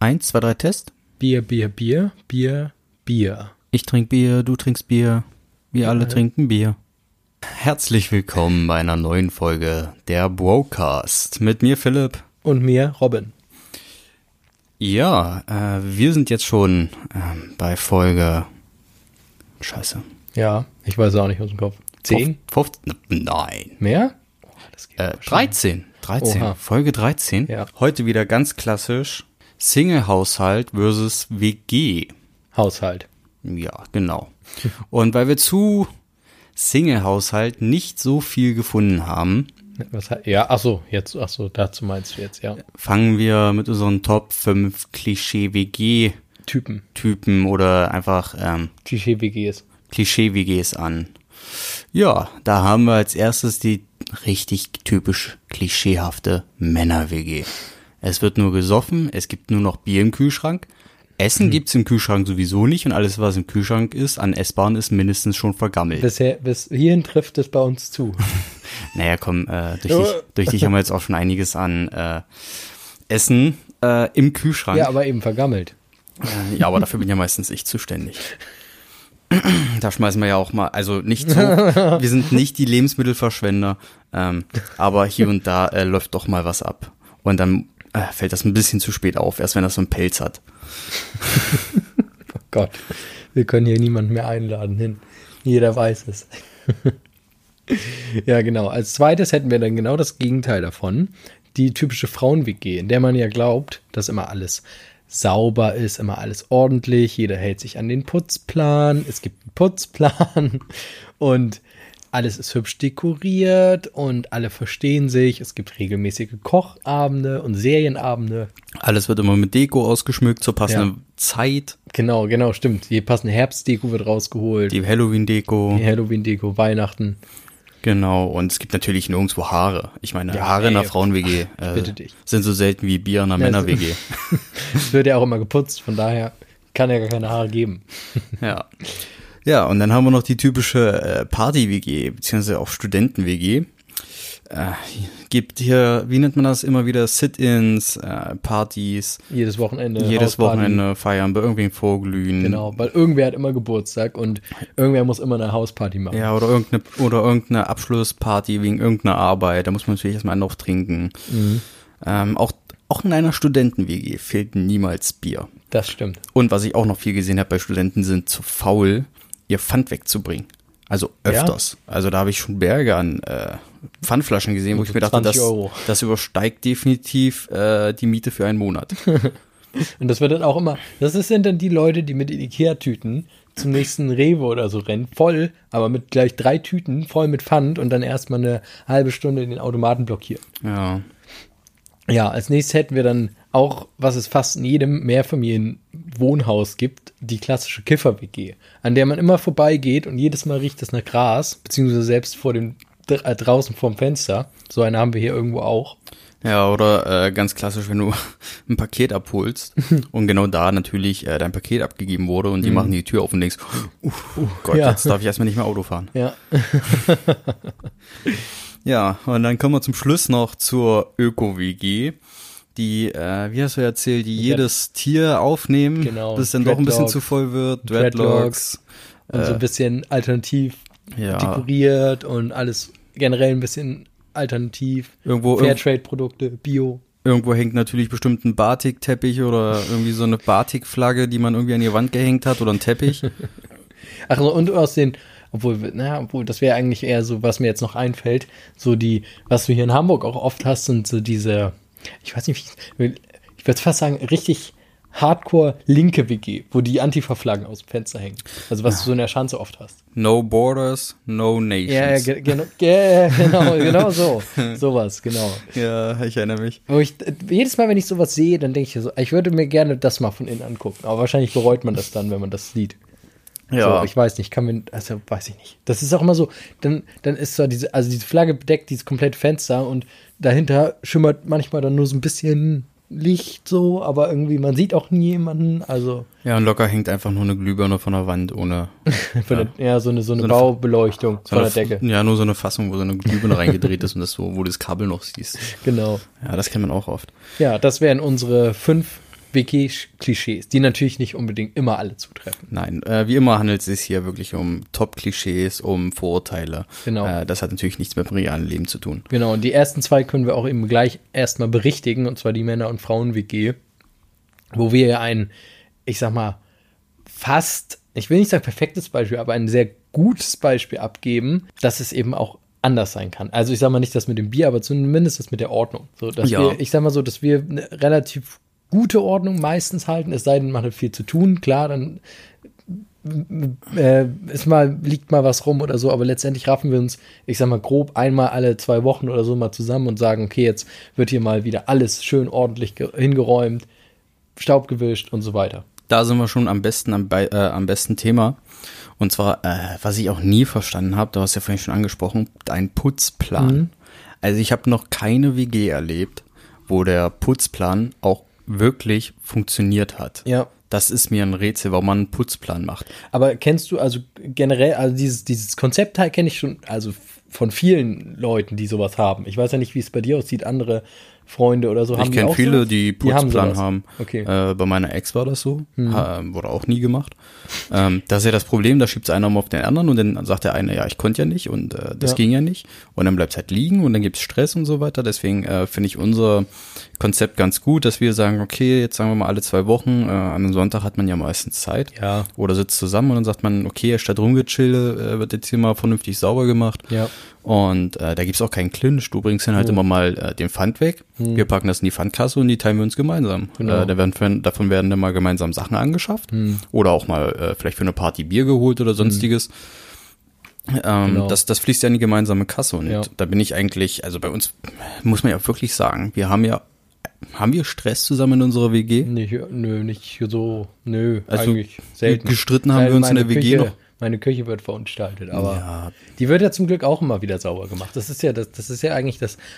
1, 2, 3, Test. Bier, Bier, Bier, Bier, Bier. Ich trinke Bier, du trinkst Bier. Wir alle trinken Bier. Herzlich willkommen bei einer neuen Folge der Brocast. Mit mir Philipp. Und mir Robin. Ja, wir sind jetzt schon bei Folge... Scheiße. Ja, ich weiß auch nicht aus dem Kopf. 10? 15? Nein. Mehr? Oh, das geht 13. Oha. Folge 13. Ja. Heute wieder ganz klassisch. Single-Haushalt versus WG. Haushalt. Ja, genau. Und weil wir zu Single-Haushalt nicht so viel gefunden haben, dazu meinst du jetzt, ja. fangen wir mit unseren Top 5 Klischee-WG-Typen oder einfach Klischee-WGs. Klischee-WGs an. Ja, da haben wir als erstes die richtig typisch klischeehafte Männer-WG. Es wird nur gesoffen, es gibt nur noch Bier im Kühlschrank. Essen gibt's im Kühlschrank sowieso nicht und alles, was im Kühlschrank ist, an Essbaren, ist mindestens schon vergammelt. Bis hierhin trifft es bei uns zu. Naja, komm, durch dich haben wir jetzt auch schon einiges an Essen im Kühlschrank. Ja, aber eben vergammelt. Ja, aber dafür bin ja meistens ich zuständig. Da schmeißen wir ja auch mal, also nicht so, wir sind nicht die Lebensmittelverschwender, aber hier und da läuft doch mal was ab. Und dann fällt das ein bisschen zu spät auf, erst wenn das so einen Pelz hat. Oh Gott, wir können hier niemanden mehr einladen hin. Jeder weiß es. Ja, genau. Als zweites hätten wir dann genau das Gegenteil davon. Die typische Frauen-WG, in der man ja glaubt, dass immer alles sauber ist, immer alles ordentlich, jeder hält sich an den Putzplan, es gibt einen Putzplan und alles ist hübsch dekoriert und alle verstehen sich, es gibt regelmäßige Kochabende und Serienabende. Alles wird immer mit Deko ausgeschmückt zur passenden Zeit. Genau, stimmt. Die passende Herbstdeko wird rausgeholt. Die Halloween-Deko, Weihnachten. Genau, und es gibt natürlich nirgendwo Haare. Ich meine, Haare in einer Frauen-WG sind so selten wie Bier in einer Männer-WG. Es wird ja auch immer geputzt, von daher kann ja gar keine Haare geben. Ja. Ja, und dann haben wir noch die typische Party-WG, beziehungsweise auch Studenten-WG. Gibt hier, wie nennt man das, immer wieder Sit-ins, Partys. Jedes Wochenende feiern, bei irgendwem vorglühen. Genau, weil irgendwer hat immer Geburtstag und irgendwer muss immer eine Hausparty machen. Ja, oder irgendeine Abschlussparty wegen irgendeiner Arbeit, da muss man natürlich erstmal noch trinken. Mhm. Auch in einer Studenten-WG fehlt niemals Bier. Das stimmt. Und was ich auch noch viel gesehen habe bei Studenten, sind zu faul, ihr Pfand wegzubringen. Also öfters. Ja? Also da habe ich schon Berge an Pfandflaschen gesehen, wo ich mir dachte, das übersteigt definitiv die Miete für einen Monat. Und das wird dann auch immer, sind dann die Leute, die mit den Ikea-Tüten zum nächsten Rewe oder so rennen, voll, aber mit gleich 3 Tüten, voll mit Pfand und dann erstmal eine halbe Stunde den Automaten blockieren. Ja. Ja, als nächstes hätten wir dann auch, was es fast in jedem Mehrfamilienwohnhaus gibt, die klassische Kiffer-WG, an der man immer vorbeigeht und jedes Mal riecht es nach Gras, beziehungsweise selbst draußen vorm Fenster. So eine haben wir hier irgendwo auch. Ja, oder ganz klassisch, wenn du ein Paket abholst und genau da natürlich dein Paket abgegeben wurde und die machen die Tür auf und denkst, Gott, jetzt darf ich erstmal nicht mehr Auto fahren. Ja. Ja, und dann kommen wir zum Schluss noch zur Öko-WG, die, wie hast du erzählt, die jedes Tier aufnehmen, bis dann doch ein bisschen zu voll wird. Dreadlocks. Und so ein bisschen alternativ dekoriert und alles generell ein bisschen alternativ. Fairtrade-Produkte, Bio. Irgendwo hängt natürlich bestimmt ein Batik-Teppich oder irgendwie so eine Batik-Flagge, die man irgendwie an die Wand gehängt hat oder ein Teppich. Ach, und aus den... Obwohl, das wäre eigentlich eher so, was mir jetzt noch einfällt, so was du hier in Hamburg auch oft hast, sind so diese, ich weiß nicht, ich würde fast sagen, richtig hardcore linke WG, wo die Antifa-Flaggen aus dem Fenster hängen. Also was du so in der Schanze oft hast. No borders, no nations. Ja, genau so. Sowas, genau. Ja, ich erinnere mich. Jedes Mal, wenn ich sowas sehe, dann denke ich so, ich würde mir gerne das mal von innen angucken. Aber wahrscheinlich bereut man das dann, wenn man das sieht. Ja. So, ich weiß nicht, weiß ich nicht. Das ist auch immer so, dann ist zwar diese Flagge bedeckt, dieses komplette Fenster und dahinter schimmert manchmal dann nur so ein bisschen Licht so, aber irgendwie, man sieht auch nie jemanden, also. Ja, und locker hängt einfach nur eine Glühbirne von der Wand ohne. So eine Baubeleuchtung von der Decke. Ja, nur so eine Fassung, wo so eine Glühbirne reingedreht ist und das so, wo du das Kabel noch siehst. Genau. Ja, das kennt man auch oft. Ja, das wären unsere 5 WG-Klischees, die natürlich nicht unbedingt immer alle zutreffen. Nein, wie immer handelt es sich hier wirklich um Top-Klischees, um Vorurteile. Genau. Das hat natürlich nichts mit dem realen Leben zu tun. Genau, und die ersten zwei können wir auch eben gleich erstmal berichtigen, und zwar die Männer- und Frauen-WG, wo wir ja ich sag mal, fast, ich will nicht sagen perfektes Beispiel, aber ein sehr gutes Beispiel abgeben, dass es eben auch anders sein kann. Also ich sag mal nicht das mit dem Bier, aber zumindest das mit der Ordnung. So, dass ich sag mal so, dass wir eine relativ gute Ordnung meistens halten, es sei denn, man hat viel zu tun, klar, dann liegt mal was rum oder so, aber letztendlich raffen wir uns, ich sag mal grob, einmal alle 2 Wochen oder so mal zusammen und sagen, okay, jetzt wird hier mal wieder alles schön ordentlich hingeräumt, Staub gewischt und so weiter. Da sind wir schon am besten Thema. Und zwar, was ich auch nie verstanden habe, du hast ja vorhin schon angesprochen, dein Putzplan. Mhm. Also ich habe noch keine WG erlebt, wo der Putzplan auch wirklich funktioniert hat. Ja. Das ist mir ein Rätsel, warum man einen Putzplan macht. Aber kennst du also generell, also dieses Konzept kenne ich schon, also von vielen Leuten, die sowas haben. Ich weiß ja nicht, wie es bei dir aussieht, andere Freunde oder so haben die auch. Ich kenne viele, die Putzplan haben. Okay. Bei meiner Ex war das so. Wurde auch nie gemacht. Das ist ja das Problem, da schiebt es einer auf den anderen und dann sagt der eine, ja, ich konnte ja nicht und das ging ja nicht. Und dann bleibt es halt liegen und dann gibt es Stress und so weiter. Deswegen finde ich unser Konzept ganz gut, dass wir sagen, okay, jetzt sagen wir mal alle 2 Wochen, an einem Sonntag hat man ja meistens Zeit. Ja. Oder sitzt zusammen und dann sagt man, okay, statt rumgechille, wird jetzt hier mal vernünftig sauber gemacht. Ja. Und da gibt's auch keinen Clinch. Du bringst dann halt immer mal den Pfand weg. Wir packen das in die Pfandkasse und die teilen wir uns gemeinsam. Genau. Davon werden dann mal gemeinsam Sachen angeschafft. Oder auch mal vielleicht für eine Party Bier geholt oder sonstiges. Genau. Das fließt ja in die gemeinsame Kasse. Und da bin ich eigentlich, also bei uns muss man ja wirklich sagen, haben wir Stress zusammen in unserer WG? Nicht so, also eigentlich selten. Gestritten haben wir uns in der WG noch? Meine Küche wird verunstaltet, aber die wird ja zum Glück auch immer wieder sauber gemacht. Das ist ja eigentlich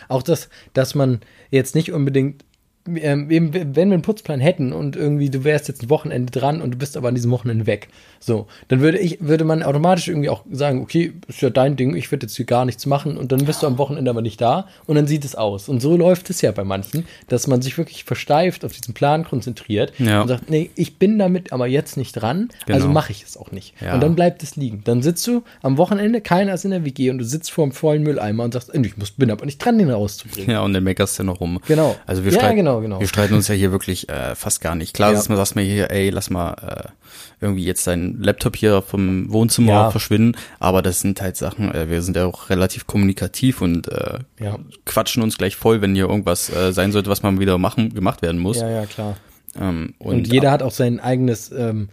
dass man jetzt nicht unbedingt, wenn wir einen Putzplan hätten und irgendwie du wärst jetzt ein Wochenende dran und du bist aber an diesem Wochenende weg, so, dann würde man automatisch irgendwie auch sagen, okay, ist ja dein Ding, ich würde jetzt hier gar nichts machen und dann bist du am Wochenende aber nicht da und dann sieht es aus. Und so läuft es ja bei manchen, dass man sich wirklich versteift auf diesen Plan konzentriert und sagt, nee, ich bin damit aber jetzt nicht dran, also mache ich es auch nicht. Ja. Und dann bleibt es liegen. Dann sitzt du am Wochenende, keiner ist in der WG und du sitzt vor einem vollen Mülleimer und sagst, bin aber nicht dran, den rauszubringen. Ja, und dann meckerst du noch rum. Genau. Also wir streiten uns ja hier wirklich fast gar nicht. Klar, dass man sagt mir hier, ey, lass mal irgendwie jetzt deinen Laptop hier vom Wohnzimmer verschwinden, aber das sind halt Sachen, wir sind ja auch relativ kommunikativ und quatschen uns gleich voll, wenn hier irgendwas sein sollte, was mal wieder gemacht werden muss. Ja, klar. Und jeder hat auch sein eigenes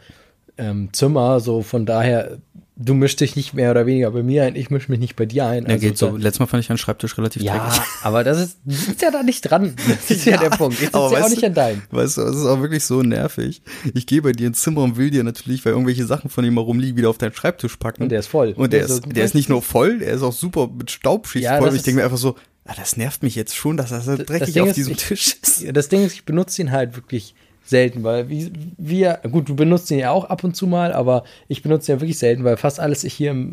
Zimmer, so von daher, du mischst dich nicht mehr oder weniger bei mir ein, ich mische mich nicht bei dir ein. Ja, geht so. Letztes Mal fand ich einen Schreibtisch relativ dreckig. Ja, aber du sitzt ja da nicht dran. Das ist ja der Punkt. Ich sitze ja auch nicht an deinem. Weißt du, es ist auch wirklich so nervig. Ich gehe bei dir ins Zimmer und will dir natürlich, weil irgendwelche Sachen von ihm herumliegen, wieder auf deinen Schreibtisch packen. Und der ist voll. Und der ist nicht nur voll, der ist auch super mit Staubschicht voll. Und ich denke mir einfach so, das nervt mich jetzt schon, dass das so dreckig auf diesem Tisch ist. Das Ding ist, ich benutze ihn halt wirklich selten, weil gut, du benutzt ihn ja auch ab und zu mal, aber ich benutze ihn ja wirklich selten, weil fast alles ich hier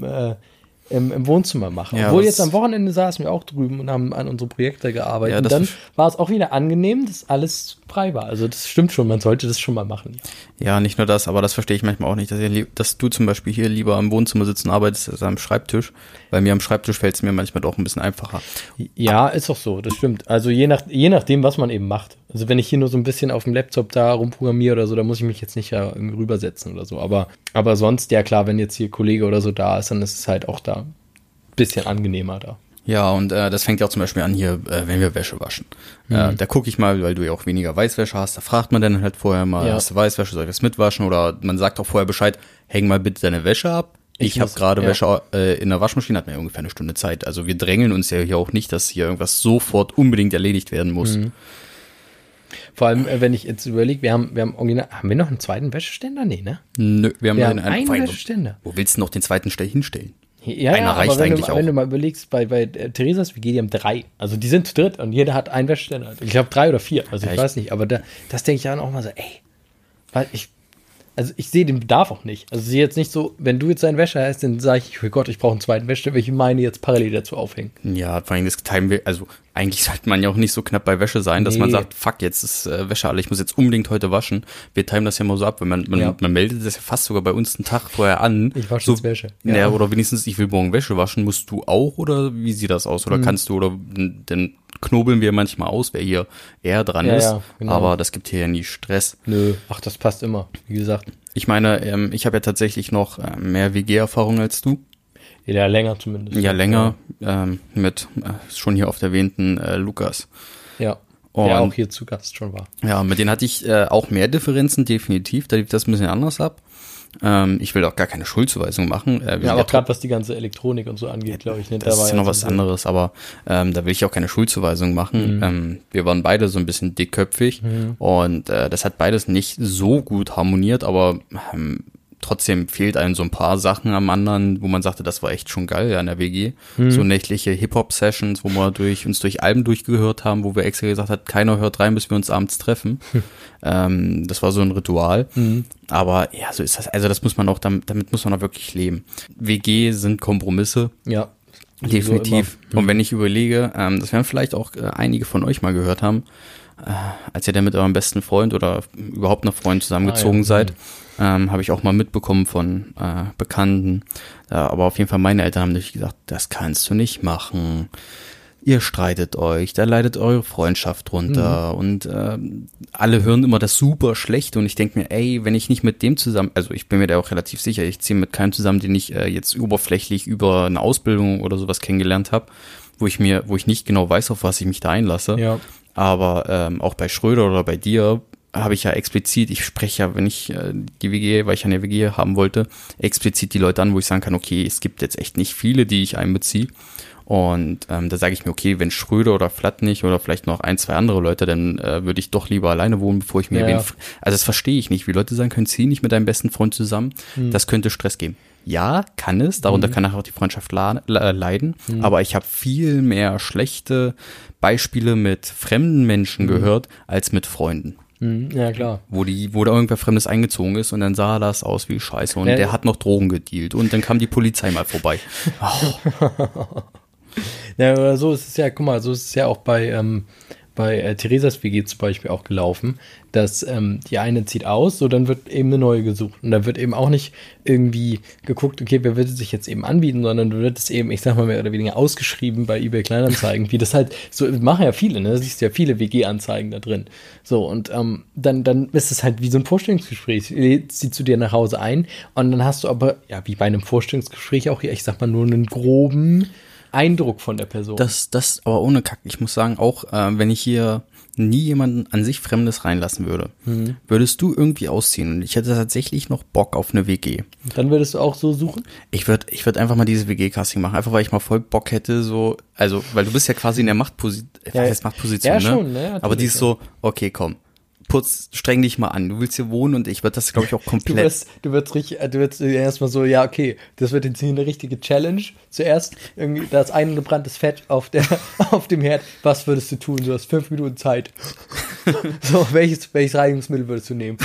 im Wohnzimmer mache. Ja, obwohl jetzt am Wochenende saßen wir auch drüben und haben an unsere Projekte gearbeitet. Ja, und dann war es auch wieder angenehm, dass alles frei war. Also das stimmt schon, man sollte das schon mal machen. Ja, nicht nur das, aber das verstehe ich manchmal auch nicht, dass du zum Beispiel hier lieber am Wohnzimmer sitzt und arbeitest als am Schreibtisch, weil mir am Schreibtisch fällt es mir manchmal doch ein bisschen einfacher. Ja, ist auch so, das stimmt. Also je nachdem, was man eben macht. Also wenn ich hier nur so ein bisschen auf dem Laptop da rumprogrammiere oder so, da muss ich mich jetzt nicht irgendwie rübersetzen oder so. Aber sonst, ja klar, wenn jetzt hier Kollege oder so da ist, dann ist es halt auch da ein bisschen angenehmer da. Ja, und das fängt ja auch zum Beispiel an hier, wenn wir Wäsche waschen. Da gucke ich mal, weil du ja auch weniger Weißwäsche hast, da fragt man dann halt vorher mal, hast du Weißwäsche, soll ich das mitwaschen? Oder man sagt auch vorher Bescheid, häng mal bitte deine Wäsche ab. Ich habe gerade Wäsche in der Waschmaschine, hat man ja ungefähr eine Stunde Zeit. Also wir drängeln uns ja hier auch nicht, dass hier irgendwas sofort unbedingt erledigt werden muss. Mhm. Vor allem, wenn ich jetzt überlege, wir haben original, haben wir noch einen zweiten Wäscheständer? Nee, ne? Nö, wir haben einen Wäscheständer. Wo willst du noch den zweiten hinstellen? Ja, einer reicht aber eigentlich auch. Wenn du mal überlegst, bei Theresas WG, die haben 3. Also die sind zu dritt und jeder hat einen Wäscheständer. Ich glaube 3 oder 4, also ich weiß nicht. Aber das denke ich dann auch mal so, ey, weil also ich sehe den Bedarf auch nicht. Also ich sehe jetzt nicht so, wenn du jetzt einen Wäscher hast, dann sage ich, oh Gott, ich brauche einen zweiten Wäscher, welche meine jetzt parallel dazu aufhängen. Ja, vor allem das teilen wir, also eigentlich sollte man ja auch nicht so knapp bei Wäsche sein, dass man sagt, fuck, jetzt ist Wäsche alle, ich muss jetzt unbedingt heute waschen. Wir teilen das ja mal so ab, wenn man meldet das ja fast sogar bei uns einen Tag vorher an. Ich wasche so, jetzt Wäsche. Ja, oder wenigstens, ich will morgen Wäsche waschen, musst du auch, oder wie sieht das aus? Oder kannst du, oder dann knobeln wir manchmal aus, wer hier eher dran ist, ja, genau. Aber das gibt hier ja nie Stress. Nö, ach, das passt immer, wie gesagt. Ich meine, ich habe ja tatsächlich noch mehr WG-Erfahrung als du. Ja, länger zumindest. Ja, länger, mit schon hier oft erwähnten Lukas. Ja, und, der auch hier zu Gast schon war. Ja, mit denen hatte ich auch mehr Differenzen, definitiv. Da lief das ein bisschen anders ab. Ich will auch gar keine Schuldzuweisung machen. Ja, aber gerade was die ganze Elektronik und so angeht, glaube ich. Ne, das ist ja noch was anderes, aber da will ich auch keine Schuldzuweisung machen. Wir waren beide so ein bisschen dickköpfig und das hat beides nicht so gut harmoniert, aber trotzdem fehlt einem so ein paar Sachen am anderen, wo man sagte, das war echt schon geil an der WG. So nächtliche Hip-Hop-Sessions, wo wir uns durch Alben durchgehört haben, wo wir extra gesagt haben, keiner hört rein, bis wir uns abends treffen. Das war so ein Ritual. Aber ja, so ist das. Also das muss man auch, damit muss man auch wirklich leben. WG sind Kompromisse. Ja. Definitiv. Und wenn ich überlege, das werden vielleicht auch einige von euch mal gehört haben, als ihr dann mit eurem besten Freund oder überhaupt noch Freund zusammengezogen seid, habe ich auch mal mitbekommen von Bekannten. Aber auf jeden Fall meine Eltern haben natürlich gesagt, das kannst du nicht machen. Ihr streitet euch, da leidet eure Freundschaft drunter und alle hören immer das super Schlechte und ich denke mir, ey, wenn ich nicht mit dem zusammen, also ich bin mir da auch relativ sicher, ich ziehe mit keinem zusammen, den ich jetzt oberflächlich über eine Ausbildung oder sowas kennengelernt habe, wo ich nicht genau weiß, auf was ich mich da einlasse. Ja. Aber auch bei Schröder oder bei dir habe ich ja explizit, ich spreche ja, wenn ich die WG, weil ich eine WG haben wollte, explizit die Leute an, wo ich sagen kann, okay, es gibt jetzt echt nicht viele, die ich einbeziehe. Und da sage ich mir, okay, wenn Schröder oder Flatt nicht oder vielleicht noch ein, zwei andere Leute, dann würde ich doch lieber alleine wohnen, bevor ich mir also das verstehe ich nicht, wie Leute sagen können, zieh nicht mit deinem besten Freund zusammen, das könnte Stress geben. Ja, kann es, darunter kann nachher auch die Freundschaft leiden, aber ich habe viel mehr schlechte Beispiele mit fremden Menschen gehört, als mit Freunden. Ja, klar. Wo da irgendwer Fremdes eingezogen ist und dann sah das aus wie Scheiße und der hat noch Drogen gedealt und dann kam die Polizei mal vorbei. Oh. Ja, oder so ist es ja, guck mal, so ist es ja auch bei Theresas WG zum Beispiel auch gelaufen, dass die eine zieht aus, so dann wird eben eine neue gesucht. Und dann wird eben auch nicht irgendwie geguckt, okay, wer würde sich jetzt eben anbieten, sondern wird es eben, ich sag mal mehr oder weniger ausgeschrieben bei eBay Kleinanzeigen, wie das halt, so machen ja viele, ne, da siehst du ja viele WG-Anzeigen da drin. So, und dann ist es halt wie so ein Vorstellungsgespräch. Sie zu dir nach Hause ein und dann hast du aber, ja, wie bei einem Vorstellungsgespräch auch hier, ich sag mal, nur einen groben Eindruck von der Person. Das aber ohne Kack. Ich muss sagen, auch wenn ich hier nie jemanden an sich Fremdes reinlassen würde, würdest du irgendwie ausziehen. Und ich hätte tatsächlich noch Bock auf eine WG. Dann würdest du auch so suchen? Ich würd einfach mal dieses WG-Casting machen, einfach weil ich mal voll Bock hätte, so, also, weil du bist ja quasi in der Machtposition, ja, ne? Schon, ne? Aber die ist so, okay, komm. Streng dich mal an. Du willst hier wohnen und ich würde das, glaube ich, auch komplett. Du wirst erstmal so, ja, okay, das wird jetzt hier eine richtige Challenge. Zuerst irgendwie das eingebranntes Fett auf dem Herd. Was würdest du tun? Du hast 5 Minuten Zeit. So, welches Reinigungsmittel würdest du nehmen?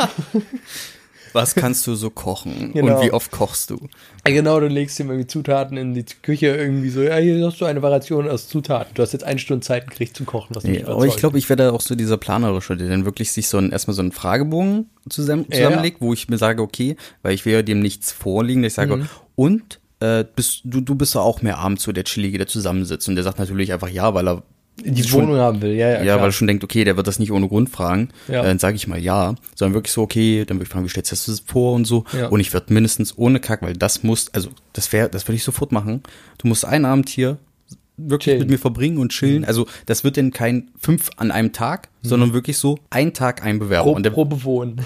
Was kannst du so kochen? Genau. Und wie oft kochst du? Ja, genau, du legst dir irgendwie Zutaten in die Küche irgendwie so, ja, hier hast du eine Variation aus Zutaten. Du hast jetzt 1 Stunde Zeit, ein Gericht zu kochen. Was mich aber ich glaube, ich wäre da auch so dieser Planerische, der dann wirklich sich erstmal so einen Fragebogen zusammenlegt, wo ich mir sage, okay, weil ich will ja dem nichts vorliegen, ich sage, und du bist ja auch mehr abends so der Chillige, der zusammensitzt. Und der sagt natürlich einfach ja, weil er die Wohnung haben will, ja, weil er schon denkt, okay, der wird das nicht ohne Grund fragen, dann sage ich mal ja, sondern wirklich so, okay, dann würde ich fragen, wie stellst du das vor und so, und ich würde mindestens ohne Kack, weil das würde ich sofort machen, du musst einen Abend hier wirklich chillen. Mit mir verbringen und chillen, also das wird dann kein 5 an einem Tag, sondern wirklich so ein Tag ein Bewerber. Pro bewohnen.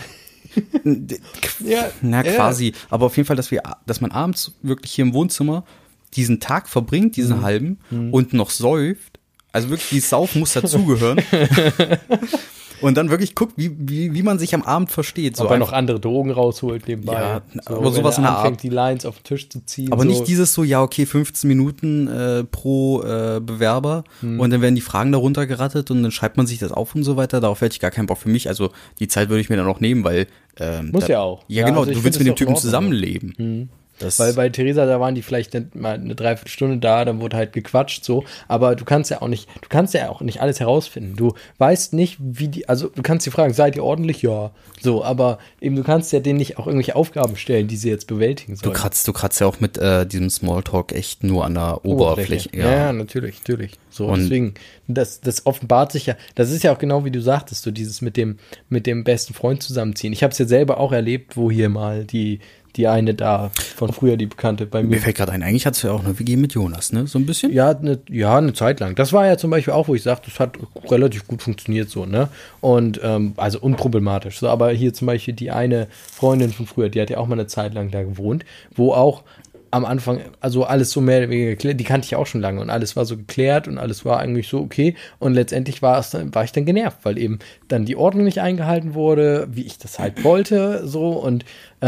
Quasi, aber auf jeden Fall, dass man abends wirklich hier im Wohnzimmer diesen Tag verbringt, diesen halben, und noch säuft. Also wirklich, dieses Saufen muss dazugehören. und dann wirklich guckt, wie man sich am Abend versteht. So ob er noch andere Drogen rausholt nebenbei. Ja, so, aber sowas in der Art. Anfängt, die Lines auf den Tisch zu ziehen. Aber so. nicht dieses so, ja, okay, 15 Minuten pro Bewerber und dann werden die Fragen darunter gerattet und dann schreibt man sich das auf und so weiter. Darauf hätte ich gar keinen Bock für mich. Also die Zeit würde ich mir dann auch nehmen, weil muss ja auch. Ja, genau, also du willst mit dem Typen zusammenleben. Weil bei Theresa, da waren die vielleicht mal eine Dreiviertelstunde da, dann wurde halt gequatscht so, aber du kannst ja auch nicht alles herausfinden. Du weißt nicht, also du kannst die fragen, seid ihr ordentlich? Ja. So, aber eben du kannst ja denen nicht auch irgendwelche Aufgaben stellen, die sie jetzt bewältigen sollen. Du kratzt ja auch mit diesem Smalltalk echt nur an der Oberfläche. Ja, natürlich. So, und deswegen, das offenbart sich ja, das ist ja auch genau wie du sagtest, so dieses mit dem besten Freund zusammenziehen. Ich habe es ja selber auch erlebt, wo hier mal die eine da von früher, die Bekannte bei mir. Mir fällt gerade ein, eigentlich hattest du ja auch eine WG mit Jonas, ne? So ein bisschen? Ja, eine Zeit lang. Das war ja zum Beispiel auch, wo ich sage, das hat relativ gut funktioniert so, ne? Und also unproblematisch. So, aber hier zum Beispiel die eine Freundin von früher, die hat ja auch mal eine Zeit lang da gewohnt, wo auch am Anfang, also alles so mehr oder weniger geklärt, die kannte ich auch schon lange und alles war so geklärt und alles war eigentlich so okay und letztendlich war ich dann genervt, weil eben dann die Ordnung nicht eingehalten wurde, wie ich das halt wollte, so und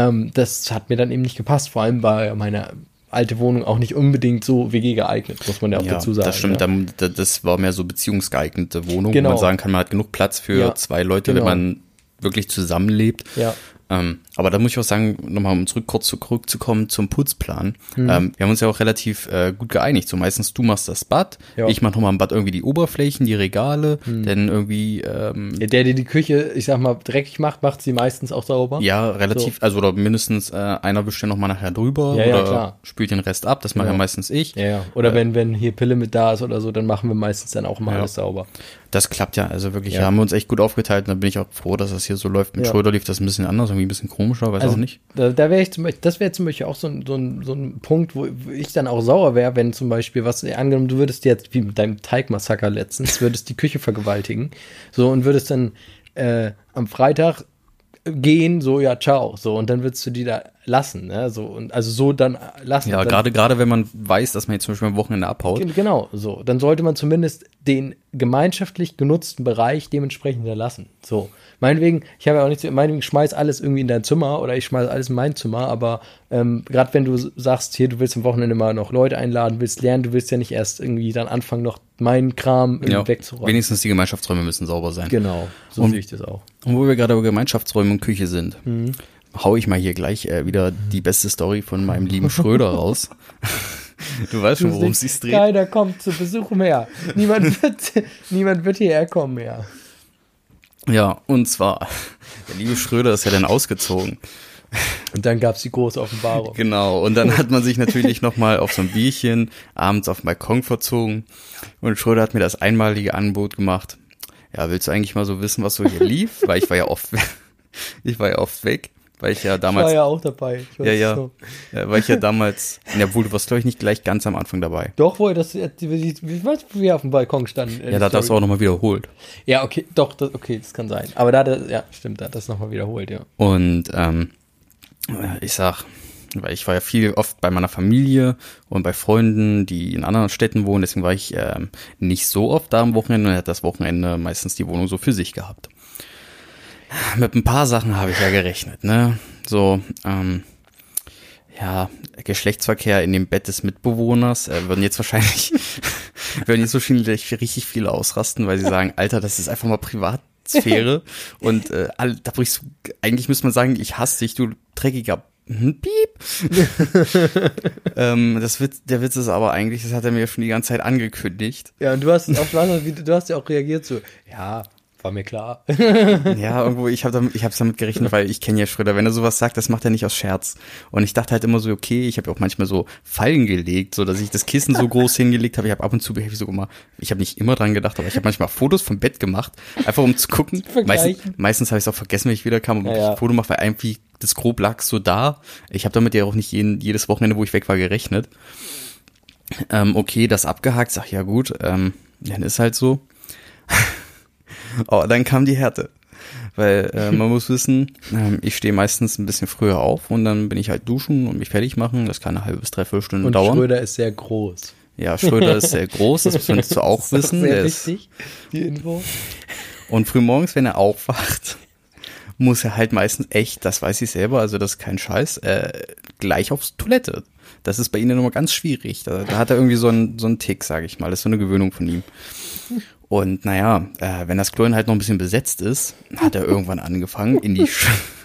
das hat mir dann eben nicht gepasst, vor allem war meine alte Wohnung auch nicht unbedingt so WG geeignet, muss man ja auch dazu sagen. Das stimmt, ja. Das war mehr so beziehungsgeeignete Wohnung, genau. Wo man sagen kann, man hat genug Platz für zwei Leute, wenn man wirklich zusammenlebt. Ja. Aber da muss ich auch sagen, nochmal um kurz zurückzukommen zum Putzplan. Wir haben uns ja auch relativ gut geeinigt. So meistens du machst das Bad, ich mache nochmal im Bad irgendwie die Oberflächen, die Regale, denn irgendwie der die Küche, ich sag mal, dreckig macht sie meistens auch sauber. Ja, relativ, so. Also oder mindestens einer wischt ja nochmal nachher drüber oder spült den Rest ab, das mache ja meistens ich. Ja. Oder wenn hier Pille mit da ist oder so, dann machen wir meistens dann auch mal alles sauber. Das klappt ja, also wirklich, haben wir uns echt gut aufgeteilt und da bin ich auch froh, dass das hier so läuft. Mit Schröder lief das ein bisschen anders, irgendwie ein bisschen komischer, weiß auch nicht. Da wäre ich das wäre zum Beispiel auch so ein Punkt, wo ich dann auch sauer wäre, wenn zum Beispiel, angenommen, du würdest jetzt, wie mit deinem Teigmassaker letztens, würdest die Küche vergewaltigen, so, und würdest dann am Freitag gehen, so, ja, ciao, so, und dann würdest du die da lassen, ne, so, und also so dann lassen. Ja, gerade wenn man weiß, dass man jetzt zum Beispiel am Wochenende abhaut. Genau, so, dann sollte man zumindest den gemeinschaftlich genutzten Bereich dementsprechend lassen, so. Meinetwegen, ich habe ja auch nichts, meinetwegen schmeiß alles irgendwie in dein Zimmer oder ich schmeiß alles in mein Zimmer, aber gerade wenn du sagst, hier, du willst am Wochenende mal noch Leute einladen, willst lernen, du willst ja nicht erst irgendwie dann anfangen, noch meinen Kram irgendwie wegzuräumen. Wenigstens die Gemeinschaftsräume müssen sauber sein. Genau, so sehe ich das auch. Und wo wir gerade über Gemeinschaftsräume und Küche sind, hau ich mal hier gleich wieder die beste Story von meinem lieben Schröder raus. Du weißt schon, worum es sich dreht. Keiner kommt zu Besuch mehr. Niemand wird hierher kommen mehr. Ja, und zwar, der liebe Schröder ist ja dann ausgezogen. Und dann gab's die große Offenbarung. Genau, und dann hat man sich natürlich nochmal auf so ein Bierchen abends auf den Balkon verzogen und Schröder hat mir das einmalige Angebot gemacht. Ja, willst du eigentlich mal so wissen, was so hier lief? Weil ich war ja oft weg. Weil ich ja damals. Ich war ja auch dabei. Ja, weil ich ja damals. Ja, wohl, du warst, glaube ich, nicht gleich ganz am Anfang dabei. Doch, wo wir auf dem Balkon standen. Ja, da hat das auch nochmal wiederholt. Ja, okay, doch, das kann sein. Aber stimmt, da hat das nochmal wiederholt, ja. Und ich sag, weil ich war ja oft bei meiner Familie und bei Freunden, die in anderen Städten wohnen, deswegen war ich nicht so oft da am Wochenende und hat das Wochenende meistens die Wohnung so für sich gehabt. Mit ein paar Sachen habe ich ja gerechnet, ne? So, Geschlechtsverkehr in dem Bett des Mitbewohners würden jetzt wahrscheinlich richtig viele ausrasten, weil sie sagen, Alter, das ist einfach mal Privatsphäre und da brichst du, eigentlich müsste man sagen, ich hasse dich, du dreckiger Piep. Der Witz ist aber eigentlich, das hat er mir schon die ganze Zeit angekündigt. Ja, und du hast ja auch reagiert so, ja, war mir klar. Ja, irgendwo, ich hab's damit gerechnet, weil ich kenne ja Schröder, wenn er sowas sagt, das macht er nicht aus Scherz. Und ich dachte halt immer so, okay, ich habe auch manchmal so Fallen gelegt, so dass ich das Kissen so groß hingelegt habe. Ich habe ab und zu, ich habe nicht immer dran gedacht, aber ich habe manchmal Fotos vom Bett gemacht, einfach um zu gucken. Meistens habe ich es auch vergessen, wenn ich wiederkam und ein Foto mache, weil irgendwie das grob lag so da. Ich habe damit ja auch nicht jedes Wochenende, wo ich weg war, gerechnet. Okay, das abgehakt, sag ja gut, dann ist halt so. Oh, dann kam die Härte, weil man muss wissen, ich stehe meistens ein bisschen früher auf und dann bin ich halt duschen und mich fertig machen. Das kann eine halbe bis dreiviertel Stunde dauern. Und Schröder ist sehr groß. Ja, Schröder ist sehr groß, das müssen wir auch wissen. Sehr wichtig, die Info. Und frühmorgens, wenn er aufwacht, muss er halt meistens echt, das weiß ich selber, also das ist kein Scheiß, gleich aufs Toilette. Das ist bei ihnen immer ganz schwierig. Da hat er irgendwie so einen Tick, sage ich mal. Das ist so eine Gewöhnung von ihm. Und naja, wenn das Klo dann halt noch ein bisschen besetzt ist, hat er irgendwann angefangen, in die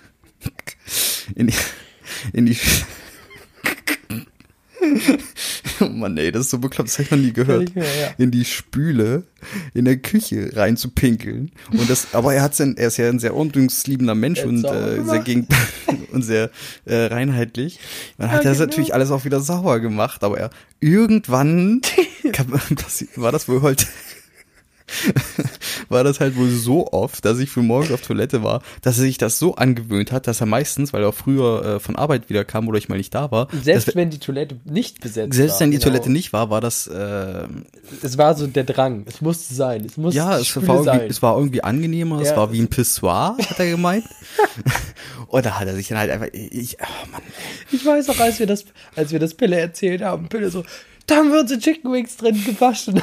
oh Mann, ey, das ist so bekloppt, das habe ich noch nie gehört. Mehr, ja. In die Spüle in der Küche rein zu pinkeln. Aber er ist ja ein sehr ordnungsliebender Mensch und sehr reinheitlich. Dann hat er das natürlich alles auch wieder sauber gemacht, aber irgendwann war das wohl heute. War das halt wohl so oft, dass ich für morgens auf Toilette war, dass er sich das so angewöhnt hat, dass er meistens, weil er auch früher von Arbeit wieder kam oder ich mal nicht da war. Selbst wenn die Toilette nicht besetzt war. Selbst wenn die Toilette nicht war das... es war so der Drang, es musste sein, es war irgendwie angenehmer, es war wie ein Pissoir, hat er gemeint. Und da hat er sich dann halt einfach... Mann. Ich weiß noch, als wir das Pille erzählt haben, Pille so, da haben wir unsere Chicken Wings drin gewaschen.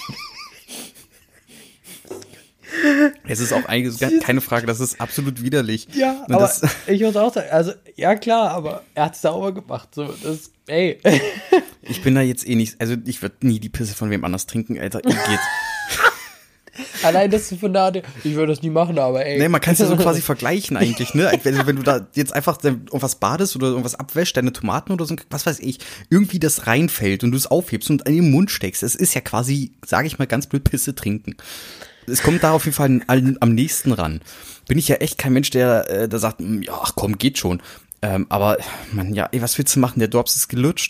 Es ist auch eigentlich keine Frage, das ist absolut widerlich. Ja, und aber ich muss auch sagen, also, ja klar, aber er hat es sauber gemacht, so, ey. Ich bin da jetzt nicht, also ich würde nie die Pisse von wem anders trinken, Alter, geht. Allein, dass du von da, ich würde das nie machen, aber ey. Nee, man kann es ja so quasi vergleichen eigentlich, ne? Wenn du da jetzt einfach irgendwas badest oder irgendwas abwäscht, deine Tomaten oder so, was weiß ich, irgendwie das reinfällt und du es aufhebst und in den Mund steckst. Es ist ja quasi, sage ich mal ganz blöd, Pisse trinken. Es kommt da auf jeden Fall am nächsten ran. Bin ich ja echt kein Mensch, der sagt, ja, ach komm, geht schon. Aber, man, ja, ey, was willst du machen? Der Drops ist gelutscht.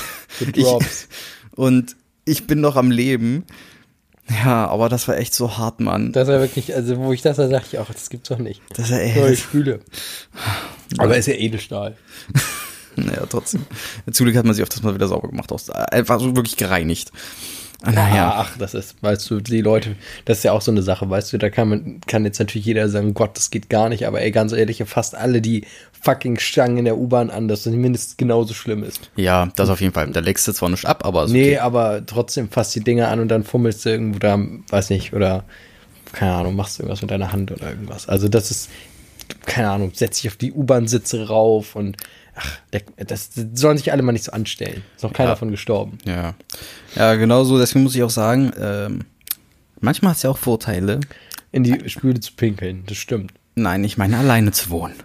Und ich bin noch am Leben. Ja, aber das war echt so hart, Mann. Das war wirklich, also wo ich das da sage ich auch, das gibt's doch nicht. Das ist ja echt. Ich fühle. Aber ist ja Edelstahl. Naja, trotzdem. Zum Glück hat man sich auf das mal wieder sauber gemacht. Einfach so wirklich gereinigt. Naja. Ach, das ist, weißt du, die Leute, das ist ja auch so eine Sache, weißt du, da kann jetzt natürlich jeder sagen, Gott, das geht gar nicht, aber ey, ganz ehrlich, fast alle die fucking Stangen in der U-Bahn an, dass das mindestens genauso schlimm ist. Ja, das auf jeden Fall. Da legst du zwar nicht ab, aber nee, okay. Aber trotzdem fasst die Dinger an und dann fummelst du irgendwo da, weiß nicht, oder keine Ahnung, machst du irgendwas mit deiner Hand oder irgendwas. Also das ist, keine Ahnung, setz dich auf die U-Bahn-Sitze rauf und ach, das sollen sich alle mal nicht so anstellen. Ist noch keiner von gestorben. Ja, genau so. Deswegen muss ich auch sagen, manchmal hat es ja auch Vorteile. In die Spüle zu pinkeln, das stimmt. Nein, ich meine alleine zu wohnen.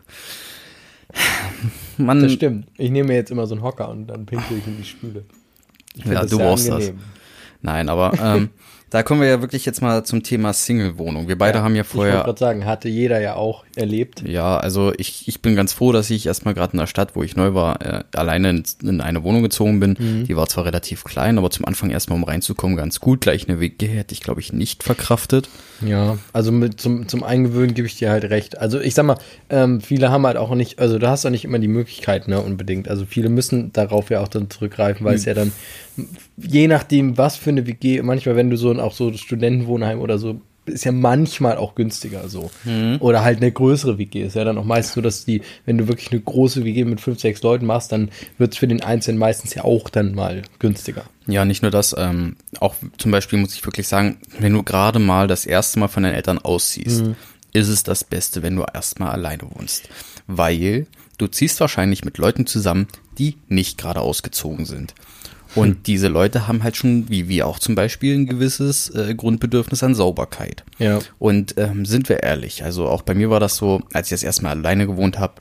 Das stimmt. Ich nehme mir jetzt immer so einen Hocker und dann pinkel ich in die Spüle. Ja, du brauchst das. Nein, aber da kommen wir ja wirklich jetzt mal zum Thema Single-Wohnung. Wir beide haben ja vorher... Ich wollte gerade sagen, hatte jeder ja auch erlebt. Ja, also ich bin ganz froh, dass ich erstmal gerade in der Stadt, wo ich neu war, alleine in eine Wohnung gezogen bin. Mhm. Die war zwar relativ klein, aber zum Anfang erstmal, um reinzukommen, ganz gut. Gleich eine WG hätte ich, glaube ich, nicht verkraftet. Ja, also zum Eingewöhnen gebe ich dir halt recht. Also ich sag mal, viele haben halt auch nicht, also du hast auch nicht immer die Möglichkeit, ne, unbedingt. Also viele müssen darauf ja auch dann zurückgreifen, weil es ja dann, je nachdem, was für eine WG, manchmal, wenn du auch so das Studentenwohnheim oder so, ist ja manchmal auch günstiger so. Mhm. Oder halt eine größere WG. Ist ja dann auch meist so, dass wenn du wirklich eine große WG mit 5, 6 Leuten machst, dann wird es für den Einzelnen meistens ja auch dann mal günstiger. Ja, nicht nur das, auch zum Beispiel muss ich wirklich sagen, wenn du gerade mal das erste Mal von deinen Eltern ausziehst, ist es das Beste, wenn du erstmal alleine wohnst. Weil du ziehst wahrscheinlich mit Leuten zusammen, die nicht gerade ausgezogen sind. Und diese Leute haben halt schon, wie wir auch zum Beispiel, ein gewisses Grundbedürfnis an Sauberkeit. Ja. Und sind wir ehrlich, also auch bei mir war das so, als ich das erste Mal alleine gewohnt habe,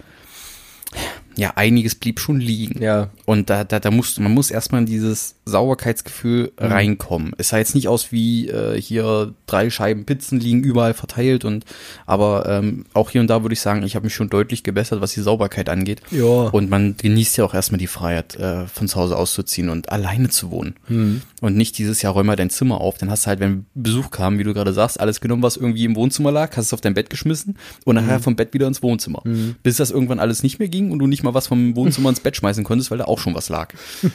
ja, einiges blieb schon liegen. Ja. Und man muss erstmal in dieses Sauberkeitsgefühl reinkommen. Es sah jetzt nicht aus wie hier 3 Scheiben Pizzen liegen überall verteilt aber auch hier und da würde ich sagen, ich habe mich schon deutlich gebessert, was die Sauberkeit angeht. Ja. Und man genießt ja auch erstmal die Freiheit, von zu Hause auszuziehen und alleine zu wohnen. Mhm. Und nicht dieses Jahr räum mal dein Zimmer auf. Dann hast du halt, wenn Besuch kam, wie du gerade sagst, alles genommen, was irgendwie im Wohnzimmer lag, hast es auf dein Bett geschmissen und nachher vom Bett wieder ins Wohnzimmer. Mhm. Bis das irgendwann alles nicht mehr ging und du nicht mal was vom Wohnzimmer ins Bett schmeißen konntest, weil da auch schon was lag.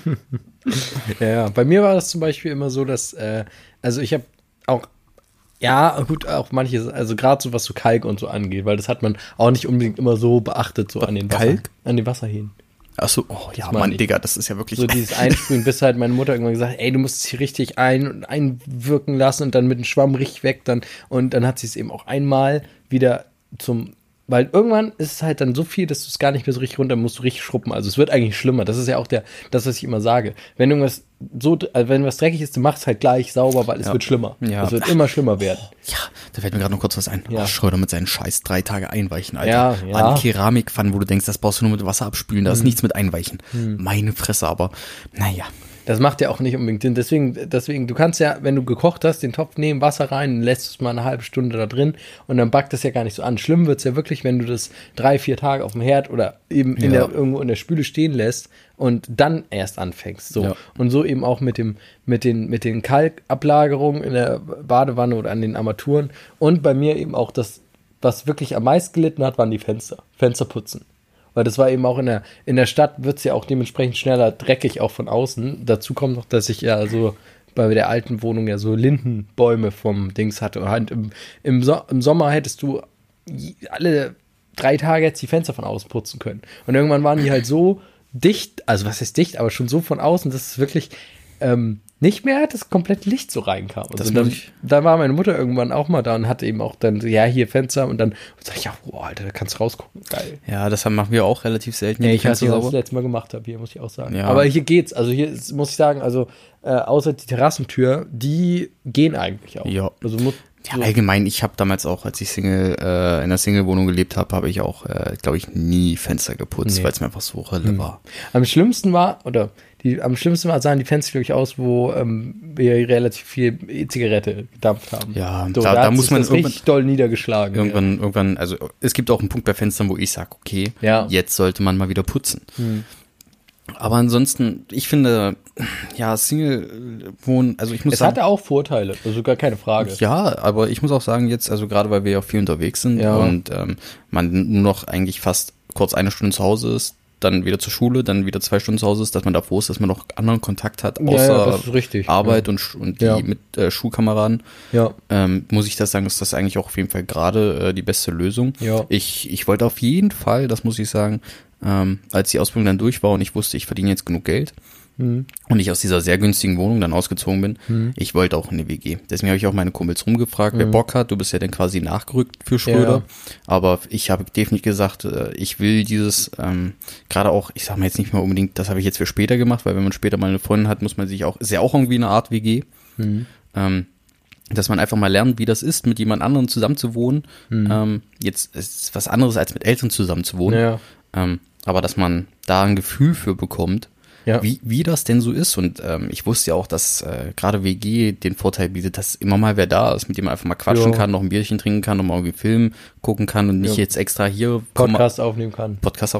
Ja, bei mir war das zum Beispiel immer so, dass, also ich habe auch, ja, gut, auch manches, also gerade so was so Kalk und so angeht, weil das hat man auch nicht unbedingt immer so beachtet, so an den Kalk? An den Wasserhähnen. Achso, oh ja, meine Mann, ich. Digga, das ist ja wirklich... So dieses Einsprühen, bis halt meine Mutter irgendwann gesagt, ey, du musst es hier richtig einwirken lassen und dann mit dem Schwamm richtig weg und dann hat sie es eben auch einmal wieder weil irgendwann ist es halt dann so viel, dass du es gar nicht mehr so richtig runter musst, du richtig schruppen. Also es wird eigentlich schlimmer. Das ist ja auch das, was ich immer sage. Wenn wenn was dreckig ist, du machst es halt gleich sauber, weil es wird schlimmer. Ja. Es wird immer schlimmer werden. Ja, da fällt mir gerade noch kurz was ein. Ja. Oh, Schröder mit seinen scheiß 3 Tage einweichen, Alter. Ja. An Keramikpfannen, wo du denkst, das brauchst du nur mit Wasser abspülen, da ist nichts mit einweichen. Meine Fresse, aber naja. Das macht ja auch nicht unbedingt Sinn. Deswegen, du kannst ja, wenn du gekocht hast, den Topf nehmen, Wasser rein und lässt es mal eine halbe Stunde da drin und dann backt das ja gar nicht so an. Schlimm wird's ja wirklich, wenn du das 3-4 Tage auf dem Herd oder eben irgendwo in der Spüle stehen lässt und dann erst anfängst. So. Ja. Und so eben auch mit den Kalkablagerungen in der Badewanne oder an den Armaturen. Und bei mir eben auch das, was wirklich am meisten gelitten hat, waren die Fenster putzen. Weil das war eben auch in der Stadt wird es ja auch dementsprechend schneller dreckig, auch von außen. Dazu kommt noch, dass ich ja so bei der alten Wohnung ja so Lindenbäume vom Dings hatte. Und halt im Sommer hättest du alle 3 Tage jetzt die Fenster von außen putzen können. Und irgendwann waren die halt so dicht, also was ist dicht, aber schon so von außen, dass es wirklich nicht mehr das komplette Licht so reinkam. Also dann war meine Mutter irgendwann auch mal da und hatte eben auch dann, ja, hier Fenster und dann sag ich, ja, boah, Alter, da kannst du rausgucken, geil. Ja, das machen wir auch relativ selten. Ja, ich weiß nicht, was ich das letzte Mal gemacht habe, hier muss ich auch sagen. Ja. Aber hier geht's, also hier muss ich sagen, also außer die Terrassentür, die gehen eigentlich auch. Ja. Also Ja, allgemein, ich habe damals auch, als ich in der Single-Wohnung gelebt habe ich auch, glaube ich, nie Fenster geputzt, weil es mir einfach so Rille war. Am schlimmsten sahen die Fenster, glaube ich, aus, wo wir relativ viel E-Zigarette gedampft haben. Ja, so, da muss man das richtig doll niedergeschlagen. Irgendwann, also es gibt auch einen Punkt bei Fenstern, wo ich sage, okay, jetzt sollte man mal wieder putzen. Aber ansonsten, ich finde, ja, Single-Wohnen, also ich muss sagen... Es hatte auch Vorteile, also gar keine Frage. Ja, aber ich muss auch sagen jetzt, also gerade weil wir ja viel unterwegs sind und man nur noch eigentlich fast kurz 1 Stunde zu Hause ist, dann wieder zur Schule, dann wieder 2 Stunden zu Hause ist, dass man da froh ist, dass man noch anderen Kontakt hat, außer das ist richtig. Arbeit und die mit Schulkameraden. Ja. Muss ich das sagen, ist das eigentlich auch auf jeden Fall gerade die beste Lösung. Ja. Ich wollte auf jeden Fall, das muss ich sagen, als die Ausbildung dann durch war und ich wusste, ich verdiene jetzt genug Geld und ich aus dieser sehr günstigen Wohnung dann ausgezogen bin, ich wollte auch in eine WG. Deswegen habe ich auch meine Kumpels rumgefragt, wer Bock hat. Du bist ja dann quasi nachgerückt für Schröder. Aber ich habe definitiv gesagt, ich will dieses, gerade auch, ich sage mal jetzt nicht mehr unbedingt, das habe ich jetzt für später gemacht, weil wenn man später mal eine Freundin hat, muss man sich auch, ist ja auch irgendwie eine Art WG. Dass man einfach mal lernt, wie das ist, mit jemand anderem zusammen zu wohnen. Jetzt ist es was anderes, als mit Eltern zusammen zu wohnen. Aber dass man da ein Gefühl für bekommt, wie das denn so ist. Und ich wusste ja auch, dass gerade WG den Vorteil bietet, dass immer mal wer da ist, mit dem man einfach mal quatschen kann, noch ein Bierchen trinken kann, noch mal irgendwie einen Film gucken kann und nicht jetzt extra hier Podcast aufnehmen kann.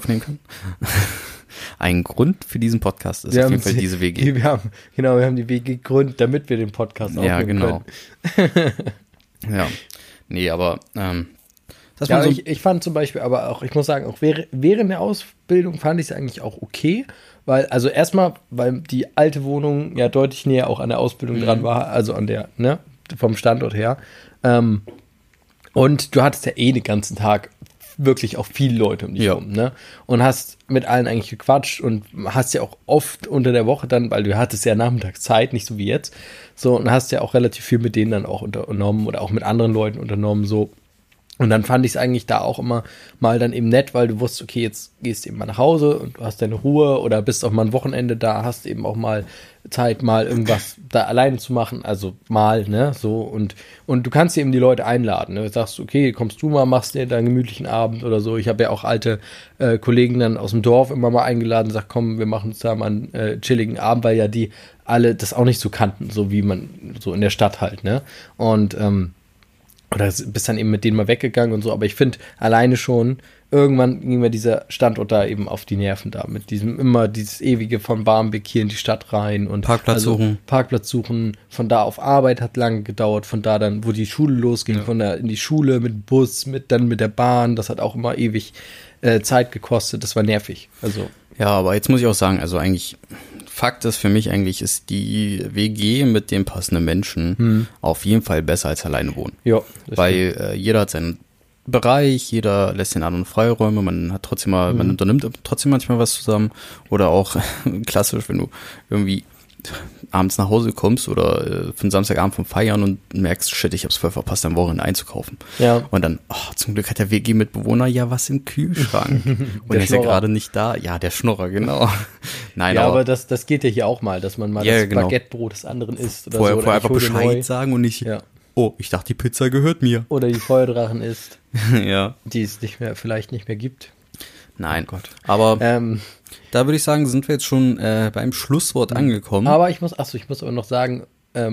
Ein Grund für diesen Podcast ist auf jeden Fall diese WG. Wir haben die WG gegründet, damit wir den Podcast aufnehmen können. Ja, nee, aber ich fand zum Beispiel, aber auch, ich muss sagen, auch während der Ausbildung fand ich es eigentlich auch okay, weil, also erstmal, weil die alte Wohnung ja deutlich näher auch an der Ausbildung dran war, also an der, ne, vom Standort her. Und du hattest ja den ganzen Tag wirklich auch viele Leute um dich rum, ne? Und hast mit allen eigentlich gequatscht und hast ja auch oft unter der Woche dann, weil du hattest ja nachmittags Zeit, nicht so wie jetzt, so, und hast ja auch relativ viel mit denen dann auch unternommen oder auch mit anderen Leuten unternommen, so. Und dann fand ich es eigentlich da auch immer mal dann eben nett, weil du wusstest, okay, jetzt gehst du eben mal nach Hause und du hast deine Ruhe oder bist auch mal ein Wochenende da, hast eben auch mal Zeit, mal irgendwas da alleine zu machen, also mal, ne, so, und du kannst eben die Leute einladen, ne, du sagst, okay, kommst du mal, machst dir deinen gemütlichen Abend oder so. Ich habe ja auch alte Kollegen dann aus dem Dorf immer mal eingeladen, sag, komm, wir machen uns da mal einen chilligen Abend, weil ja die alle das auch nicht so kannten, so wie man so in der Stadt halt, ne, und oder bist dann eben mit denen mal weggegangen und so, aber ich finde alleine schon, irgendwann ging mir dieser Standort da eben auf die Nerven da, mit dieses ewige von Barmbek hier in die Stadt rein und Parkplatz suchen, von da auf Arbeit hat lange gedauert, von da dann, wo die Schule losging, von da in die Schule mit Bus, dann mit der Bahn, das hat auch immer ewig Zeit gekostet, das war nervig, also. Ja, aber jetzt muss ich auch sagen, also eigentlich, Fakt ist für mich eigentlich, ist die WG mit dem passenden Menschen auf jeden Fall besser als alleine wohnen. Ja. Weil jeder hat seinen Bereich, jeder lässt den anderen Freiräume, man hat trotzdem mal, man unternimmt trotzdem manchmal was zusammen. Oder auch klassisch, wenn du irgendwie abends nach Hause kommst oder für den Samstagabend vom Feiern und merkst, shit, ich hab's voll verpasst, am Wochenende einzukaufen. Ja. Und dann, zum Glück hat der WG-Mitbewohner ja was im Kühlschrank. Und er ist ja gerade nicht da. Ja, der Schnorrer, genau. Nein, ja, aber das geht ja hier auch mal, dass man mal das genau. Baguettebrot des anderen isst. Oder vorher so, oder einfach Bescheid sagen und nicht, ich dachte, die Pizza gehört mir. Oder die Feuerdrachen isst. Ja. Die es vielleicht nicht mehr gibt. Nein, oh Gott. Aber da würde ich sagen, sind wir jetzt schon beim Schlusswort angekommen. Aber ich muss aber noch sagen,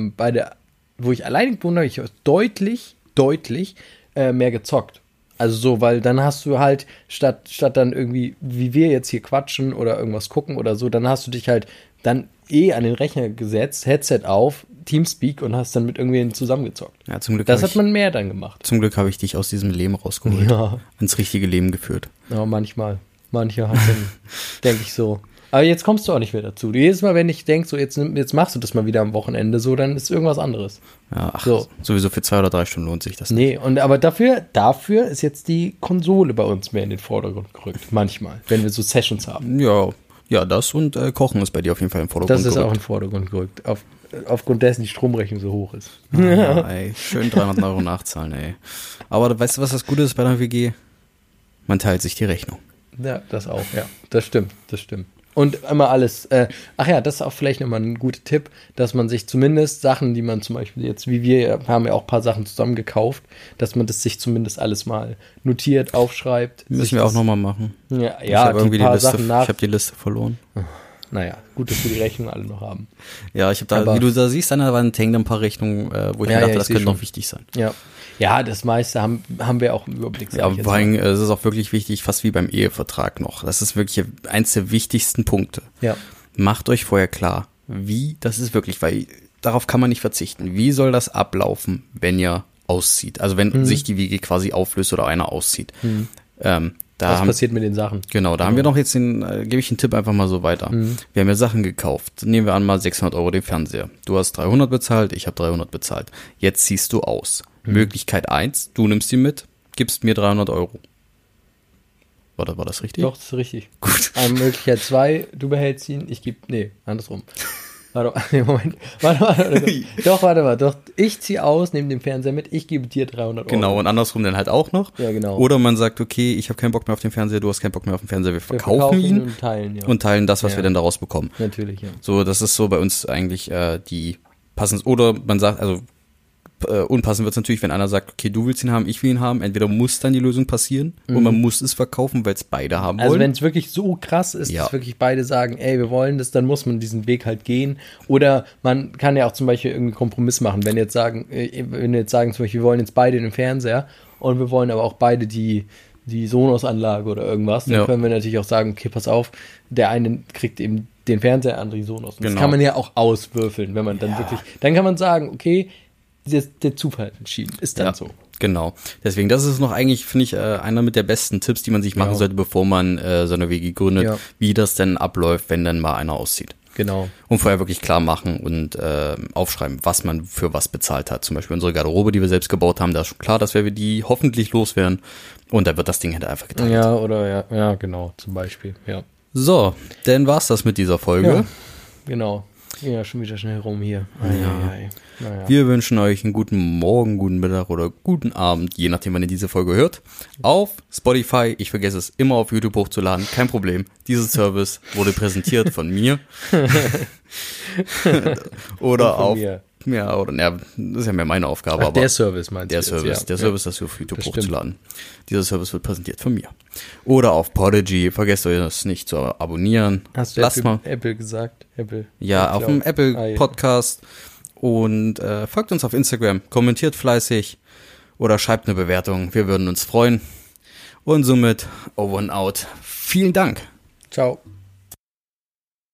wo ich alleine gewohnt habe, ich habe deutlich mehr gezockt. Also so, weil dann hast du halt, statt dann irgendwie, wie wir jetzt hier quatschen oder irgendwas gucken oder so, dann hast du dich halt dann an den Rechner gesetzt, Headset auf, Teamspeak und hast dann mit irgendwen zusammengezockt. Ja, zum Glück das hat man mehr dann gemacht. Zum Glück habe ich dich aus diesem Leben rausgeholt. Ja. Ins richtige Leben geführt. Ja, manchmal. Manche hat dann, denke ich so. Aber jetzt kommst du auch nicht mehr dazu. Jedes Mal, wenn ich denke, so jetzt machst du das mal wieder am Wochenende, so, dann ist irgendwas anderes. Ja, so. Sowieso für 2 oder 3 Stunden lohnt sich das nicht. Nee, aber dafür ist jetzt die Konsole bei uns mehr in den Vordergrund gerückt. Manchmal, wenn wir so Sessions haben. Ja, das und Kochen ist bei dir auf jeden Fall im Vordergrund gerückt. Das ist auch im Vordergrund gerückt. Aufgrund dessen die Stromrechnung so hoch ist. Ja, ey, schön 300 Euro nachzahlen, ey. Aber weißt du, was das Gute ist bei der WG? Man teilt sich die Rechnung. Ja, das auch, ja. Das stimmt. Und immer alles, das ist auch vielleicht nochmal ein guter Tipp, dass man sich zumindest Sachen, die man zum Beispiel jetzt, wie wir haben ja auch ein paar Sachen zusammen gekauft, dass man das sich zumindest alles mal notiert, aufschreibt. Müssen wir auch nochmal machen. Ja, ich habe irgendwie die paar Liste, Sachen nach. Ich habe die Liste verloren. Naja, gut, dass wir die Rechnung alle noch haben. Ja, ich habe da, wie du da siehst, an der Wand hängen ein paar Rechnungen, wo ich mir dachte, das könnte noch wichtig sein. Ja, das meiste haben wir auch im Überblick. Ja, vor allem ist es auch wirklich wichtig, fast wie beim Ehevertrag noch. Das ist wirklich eins der wichtigsten Punkte. Ja. Macht euch vorher klar, das ist wirklich, weil darauf kann man nicht verzichten. Wie soll das ablaufen, wenn ihr auszieht? Also wenn sich die WG quasi auflöst oder einer auszieht. Was passiert mit den Sachen? Genau, da haben wir noch jetzt gebe ich einen Tipp einfach mal so weiter. Wir haben ja Sachen gekauft. Nehmen wir an mal 600 Euro den Fernseher. Du hast 300 bezahlt, ich habe 300 bezahlt. Jetzt ziehst du aus. Möglichkeit 1, du nimmst die mit, gibst mir 300 Euro. War das richtig? Doch, das ist richtig. Gut. Möglichkeit 2, du behältst ihn, andersrum. Moment. Warte. Doch, ich ziehe aus, nehme den Fernseher mit, ich gebe dir 300 Euro. Genau, und andersrum dann halt auch noch. Ja, genau. Oder man sagt, okay, ich habe keinen Bock mehr auf den Fernseher, du hast keinen Bock mehr auf den Fernseher, wir verkaufen ihn und teilen das, was wir dann daraus bekommen. Natürlich, ja. So, das ist so bei uns eigentlich die passend. Oder man sagt, also unpassend wird es natürlich, wenn einer sagt, okay, du willst ihn haben, ich will ihn haben. Entweder muss dann die Lösung passieren und man muss es verkaufen, weil es beide haben wollen. Also wenn es wirklich so krass ist, dass wirklich beide sagen, ey, wir wollen das, dann muss man diesen Weg halt gehen. Oder man kann ja auch zum Beispiel irgendwie einen Kompromiss machen. Wenn wir jetzt sagen zum Beispiel, wir wollen jetzt beide den Fernseher und wir wollen aber auch beide die Sonos-Anlage oder irgendwas, dann können wir natürlich auch sagen, okay, pass auf, der eine kriegt eben den Fernseher, der andere die Sonos. Das kann man ja auch auswürfeln, wenn man dann dann kann man sagen, okay, der Zufall hat entschieden. Ist dann so. Genau. Deswegen, das ist noch eigentlich, finde ich, einer mit der besten Tipps, die man sich machen sollte, bevor man so eine WG gründet, wie das denn abläuft, wenn dann mal einer auszieht. Genau. Und vorher wirklich klar machen und aufschreiben, was man für was bezahlt hat. Zum Beispiel unsere Garderobe, die wir selbst gebaut haben, da ist schon klar, dass wir die hoffentlich loswerden. Und da wird das Ding halt einfach geteilt. Ja, genau, zum Beispiel, ja. So, dann war's das mit dieser Folge. Ja, genau. Ja, schon wieder schnell rum hier. Naja. Wir wünschen euch einen guten Morgen, guten Mittag oder guten Abend, je nachdem, wann ihr diese Folge hört. Auf Spotify, ich vergesse es immer auf YouTube hochzuladen, kein Problem. Dieser Service wurde präsentiert von mir. Oder von auf... mir. Ja, das ist ja mehr meine Aufgabe. Aber der Service meinst du jetzt? Der Service, das auf YouTube hochzuladen. Dieser Service wird präsentiert von mir. Oder auf Podigy, vergesst euch das nicht zu abonnieren. Hast du Apple gesagt? Apple. Ja, auf dem Apple Podcast. Und folgt uns auf Instagram, kommentiert fleißig oder schreibt eine Bewertung. Wir würden uns freuen. Und somit over and out. Vielen Dank. Ciao.